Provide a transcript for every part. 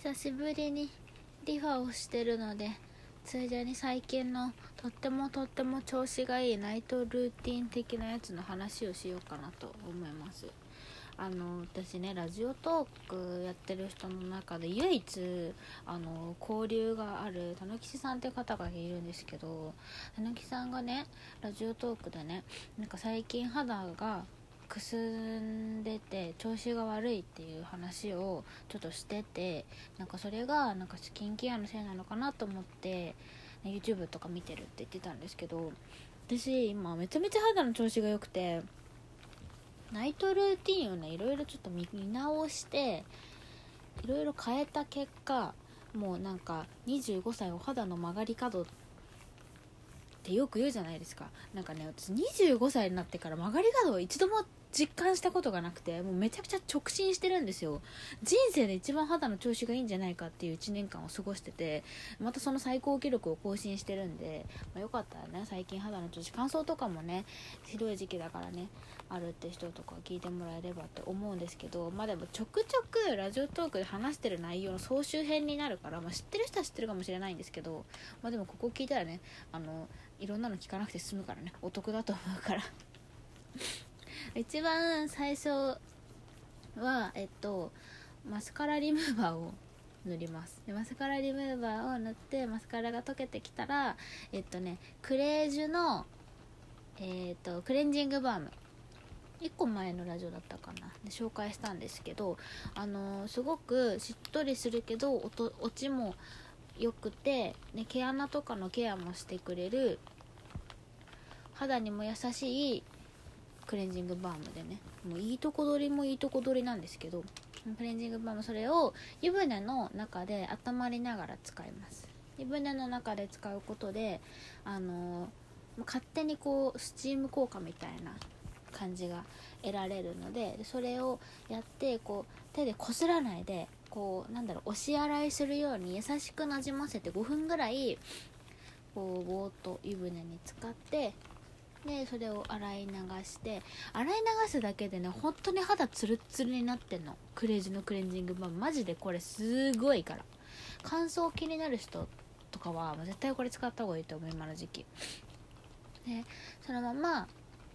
久しぶりにリファをしてるので、ついでに最近のとっても調子がいいナイトルーティン的なやつの話をしようかなと思います。私ね、ラジオトークやってる人の中で唯一交流があるたぬきさんっていう方がいるんですけど、たぬきさんがね、ラジオトークでね、なんか最近肌がくすんでて調子が悪いっていう話をちょっとしてて、なんかそれがなんかスキンケアのせいなのかなと思って YouTube とか見てるって言ってたんですけど、私今めちゃめちゃ肌の調子が良くて、ナイトルーティンをねいろいろちょっと見直していろいろ変えた結果、もうなんか25歳お肌の曲がり角ってよく言うじゃないですか。なんかね、私25歳になってから曲がり角を一度も実感したことがなくて、もうめちゃくちゃ直進してるんですよ。人生で一番肌の調子がいいんじゃないかっていう1年間を過ごしてて、またその最高記録を更新してるんで、よかったらね、最近肌の調子、乾燥とかもねひどい時期だからねあるって人とか聞いてもらえればって思うんですけど、でもちょくちょくラジオトークで話してる内容の総集編になるから、知ってる人は知ってるかもしれないんですけど、でもここ聞いたらね、いろんなの聞かなくて済むからね、お得だと思うから一番最初はマスカラリムーバーを塗ります。でマスカラリムーバーを塗って、マスカラが溶けてきたらクレージュのクレンジングバーム、1個前のラジオだったかなで紹介したんですけど、すごくしっとりするけど落ちも良くて、ね、毛穴とかのケアもしてくれる、肌にも優しいクレンジングバームでね、もういいとこ取りもいいとこ取りなんですけど、クレンジングバーム、それを湯船の中で温まりながら使います。湯船の中で使うことで勝手にこうスチーム効果みたいな感じが得られるので、それをやってこう手でこすらないで押し洗いするように優しくなじませて5分ぐらいこうぼーっと湯船に浸かって、でそれを洗い流すだけでね、本当に肌ツルッツルになってんの。クレイジーのクレンジングバームマジでこれすごいから、乾燥気になる人とかは絶対これ使った方がいいと思う、今の時期で。そのまま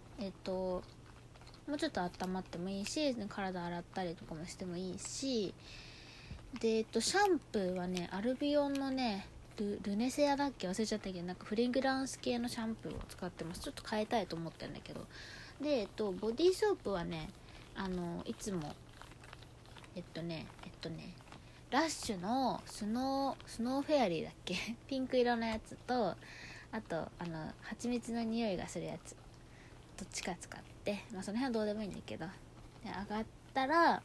もうちょっと温まってもいいし、体洗ったりとかもしてもいいし、でシャンプーはね、アルビオンのねルネセアだっけ忘れちゃったけど、なんかフレグランス系のシャンプーを使ってます。ちょっと変えたいと思ってるんだけど、でボディーソープはねいつもラッシュのスノーフェアリーだっけピンク色のやつと、あと蜂蜜の匂いがするやつ、どっちか使って、その辺はどうでもいいんだけど、で上がったら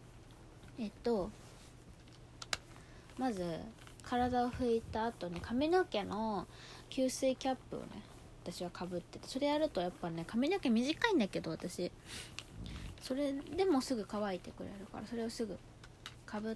まず体を拭いた後に髪の毛の吸水キャップをね私はかぶってて、それやるとやっぱね、髪の毛短いんだけど私それでもすぐ乾いてくれるから、それをすぐかぶって、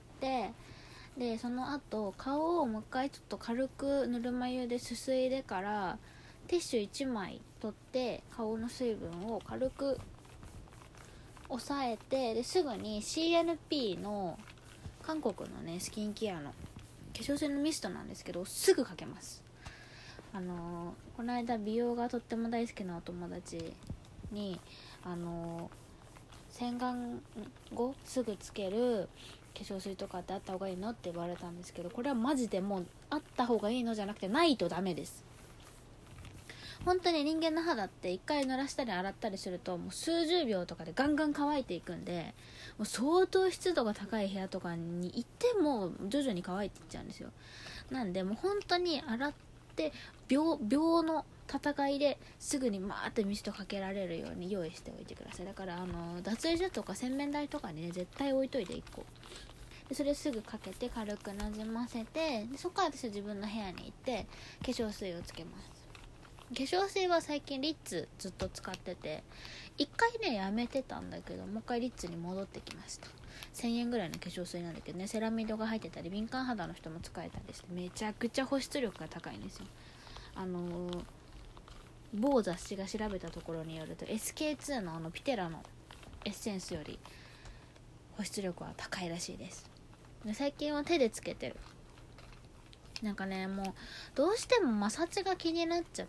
でその後顔をもう一回ちょっと軽くぬるま湯ですすいでから、ティッシュ1枚取って顔の水分を軽く抑えて、ですぐに CNP の韓国のねスキンケアの化粧水のミストなんですけど、すぐかけます。この間美容がとっても大好きなお友達に洗顔後すぐつける化粧水とかってあった方がいいのって言われたんですけど、これはマジでもうあった方がいいのじゃなくてないとダメです。本当に人間の肌って一回濡らしたり洗ったりするともう数十秒とかでガンガン乾いていくんで、もう相当湿度が高い部屋とかに行っても徐々に乾いていっちゃうんですよ。なんでもう本当に洗って秒の戦いですぐにってミストかけられるように用意しておいてください。だから脱衣所とか洗面台とかにね絶対置いといて1個で、それすぐかけて軽くなじませて、でそこから私は自分の部屋に行って化粧水をつけます。化粧水は最近リッツずっと使ってて、一回ねやめてたんだけど、もう一回リッツに戻ってきました。1000円ぐらいの化粧水なんだけどね、セラミドが入ってたり敏感肌の人も使えたりしてめちゃくちゃ保湿力が高いんですよ。某雑誌が調べたところによると SK2 のピテラのエッセンスより保湿力は高いらしいです。 最近は手でつけてる。なんかね、もうどうしても摩擦が気になっちゃって、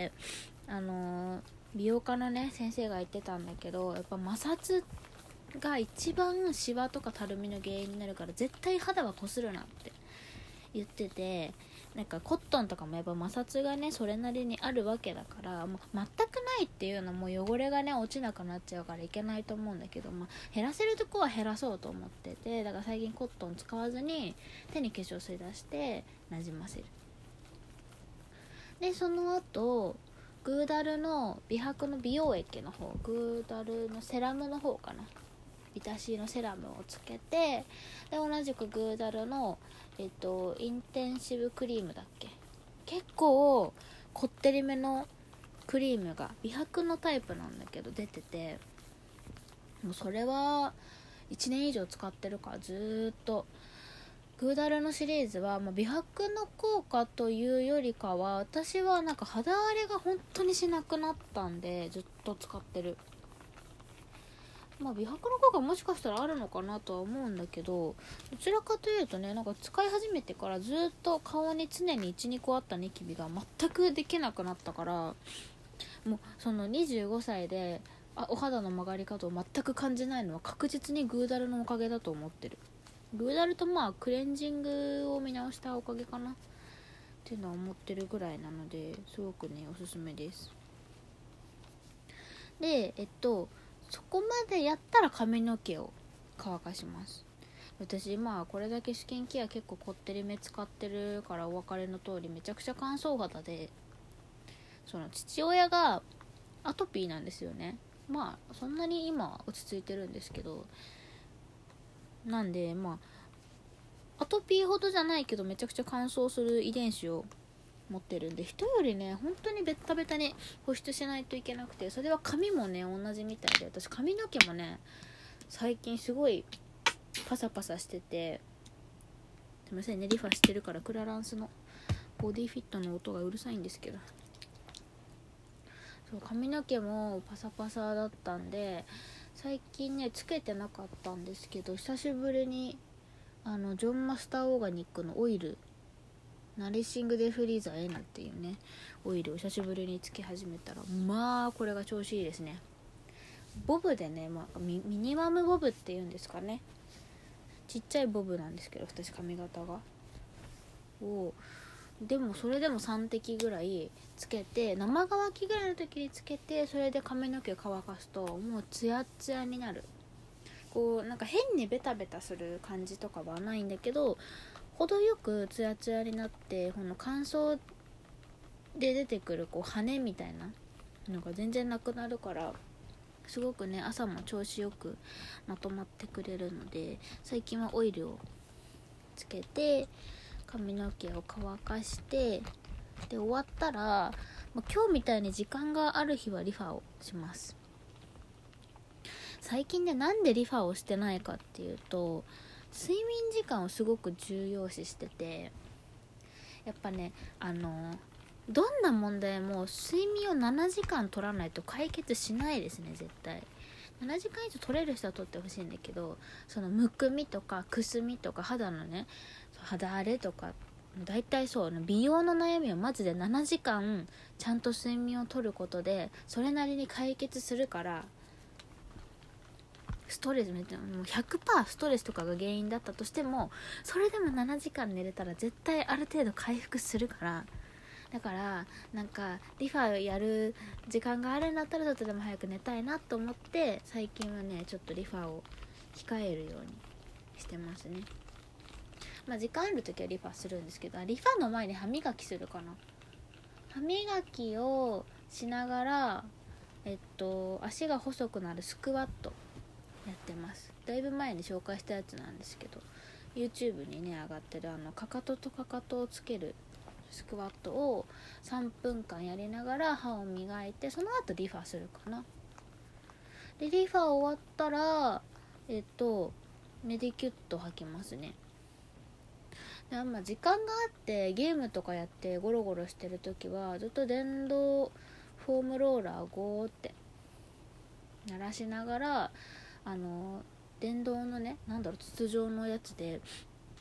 美容科のね先生が言ってたんだけど、やっぱ摩擦が一番シワとかたるみの原因になるから、絶対肌はこするなって言ってて、なんかコットンとかもやっぱ摩擦がねそれなりにあるわけだから、もう全くないっていうのも汚れがね落ちなくなっちゃうからいけないと思うんだけど、減らせるとこは減らそうと思ってて、だから最近コットン使わずに手に化粧水出してなじませる。でその後グーダルの美白の美容液の方、グーダルのセラムの方かな、ビタシーのセラムをつけて、で同じくグーダルのインテンシブクリームだっけ、結構こってりめのクリームが美白のタイプなんだけど出てて、もうそれは1年以上使ってるから、ずーっとグーダルのシリーズは、美白の効果というよりかは、私はなんか肌荒れが本当にしなくなったんでずっと使ってる。美白の効果もしかしたらあるのかなとは思うんだけど、どちらかというとね、なんか使い始めてからずっと顔に常に 1,2 個あったニキビが全くできなくなったから、もうその25歳でお肌の曲がり方を全く感じないのは確実にグーダルのおかげだと思ってる。グーダルとクレンジングを見直したおかげかなっていうのは思ってるぐらいなので、すごくねおすすめです。でそこまでやったら髪の毛を乾かします。私これだけスキンケア結構こってりめ使ってるからお分かりの通り、めちゃくちゃ乾燥肌で、その父親がアトピーなんですよね。そんなに今は落ち着いてるんですけど、なんでアトピーほどじゃないけどめちゃくちゃ乾燥する遺伝子を持ってるんで、人よりね本当にベッタベタに保湿しないといけなくて、それは髪もね同じみたいで、私髪の毛もね最近すごいパサパサしてて、すみませんね、リファしてるからクラランスのボディフィットの音がうるさいんですけど、そう髪の毛もパサパサだったんで最近ねつけてなかったんですけど、久しぶりにジョンマスターオーガニックのオイル、ナリッシングデフリーザー N っていうねオイルを久しぶりにつけ始めたら、これが調子いいですね。ボブでね、ミニマムボブっていうんですかね、ちっちゃいボブなんですけど、私髪型がでもそれでも3滴ぐらいつけて、生乾きぐらいの時につけて、それで髪の毛を乾かすともうツヤツヤになる。なんか変にベタベタする感じとかはないんだけど、程よくツヤツヤになって、この乾燥で出てくる羽みたいなのが全然なくなるから、すごくね朝も調子よくまとまってくれるので、最近はオイルをつけて髪の毛を乾かして、で終わったら、今日みたいに時間がある日はリファをします。最近ねなんでリファをしてないかっていうと、睡眠時間をすごく重要視してて、やっぱねどんな問題も睡眠を7時間取らないと解決しないですね。絶対7時間以上取れる人は取ってほしいんだけど、そのむくみとかくすみとか肌のね肌荒れとか、だいたいそう美容の悩みはマジで7時間ちゃんと睡眠を取ることでそれなりに解決するから、ストレスもう 100% ストレスとかが原因だったとしても、それでも7時間寝れたら絶対ある程度回復するから。だからなんかリファやる時間があるんだったらちょっとでも早く寝たいなと思って、最近はねちょっとリファを控えるようにしてますね。時間ある時はリファするんですけど、リファの前に歯磨きするかな。歯磨きをしながら足が細くなるスクワットやってます。だいぶ前に紹介したやつなんですけど、 YouTube にね上がってるかかととかかとをつけるスクワットを3分間やりながら歯を磨いて、その後リファするかな。でリファ終わったらメディキュット履きますね。で時間があってゲームとかやってゴロゴロしてるときはずっと電動フォームローラーゴーって鳴らしながら電動のね筒状のやつで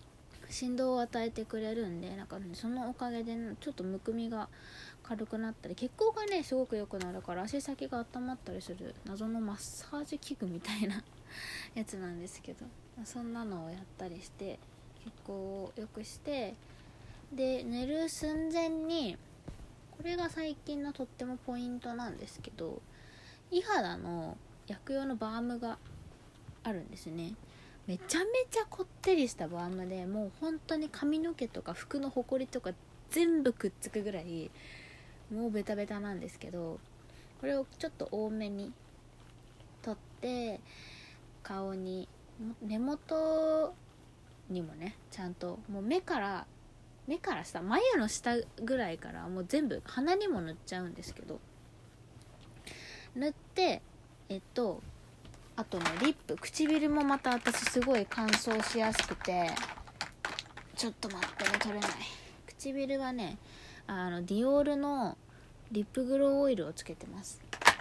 振動を与えてくれるんで、なんか、ね、そのおかげでちょっとむくみが軽くなったり、血行がねすごく良くなるから足先が温まったりする謎のマッサージ器具みたいなやつなんですけど、そんなのをやったりして血行を良くして、で寝る寸前に、これが最近のとってもポイントなんですけど、イ肌の薬用のバームがあるんですね。めちゃめちゃこってりしたバームで、もう本当に髪の毛とか服のほこりとか全部くっつくぐらいもうベタベタなんですけど、これをちょっと多めに取って顔に、根元にもねちゃんと、もう目から下、眉の下ぐらいからもう全部鼻にも塗っちゃうんですけど、塗ってあとねリップ、唇もまた私すごい乾燥しやすくて、ちょっと待ってね、取れない。唇はねディオールのリップグローオイルをつけてます。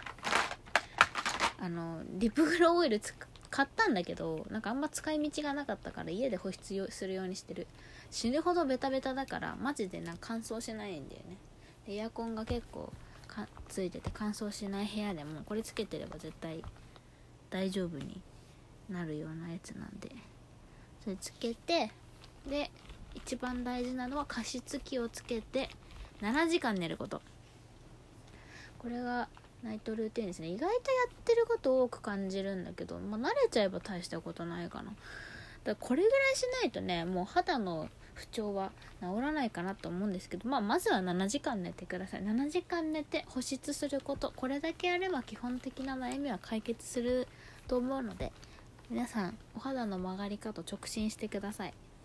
リップグローオイル買ったんだけど、なんかあんま使い道がなかったから家で保湿するようにしてる。死ぬほどベタベタだからマジで乾燥しないんだよね。でエアコンが結構ついてて乾燥しない部屋でもこれつけてれば絶対大丈夫になるようなやつなんで、それつけて、で一番大事なのは加湿器をつけて7時間寝ること。これがナイトルーティンですね。意外とやってること多く感じるんだけど、慣れちゃえば大したことないかな。だからこれぐらいしないとね、もう肌の不調は治らないかなと思うんですけど、まずは7時間寝てください。7時間寝て保湿すること、これだけやれば基本的な悩みは解決すると思うので、皆さんお肌の曲がり角直進してください。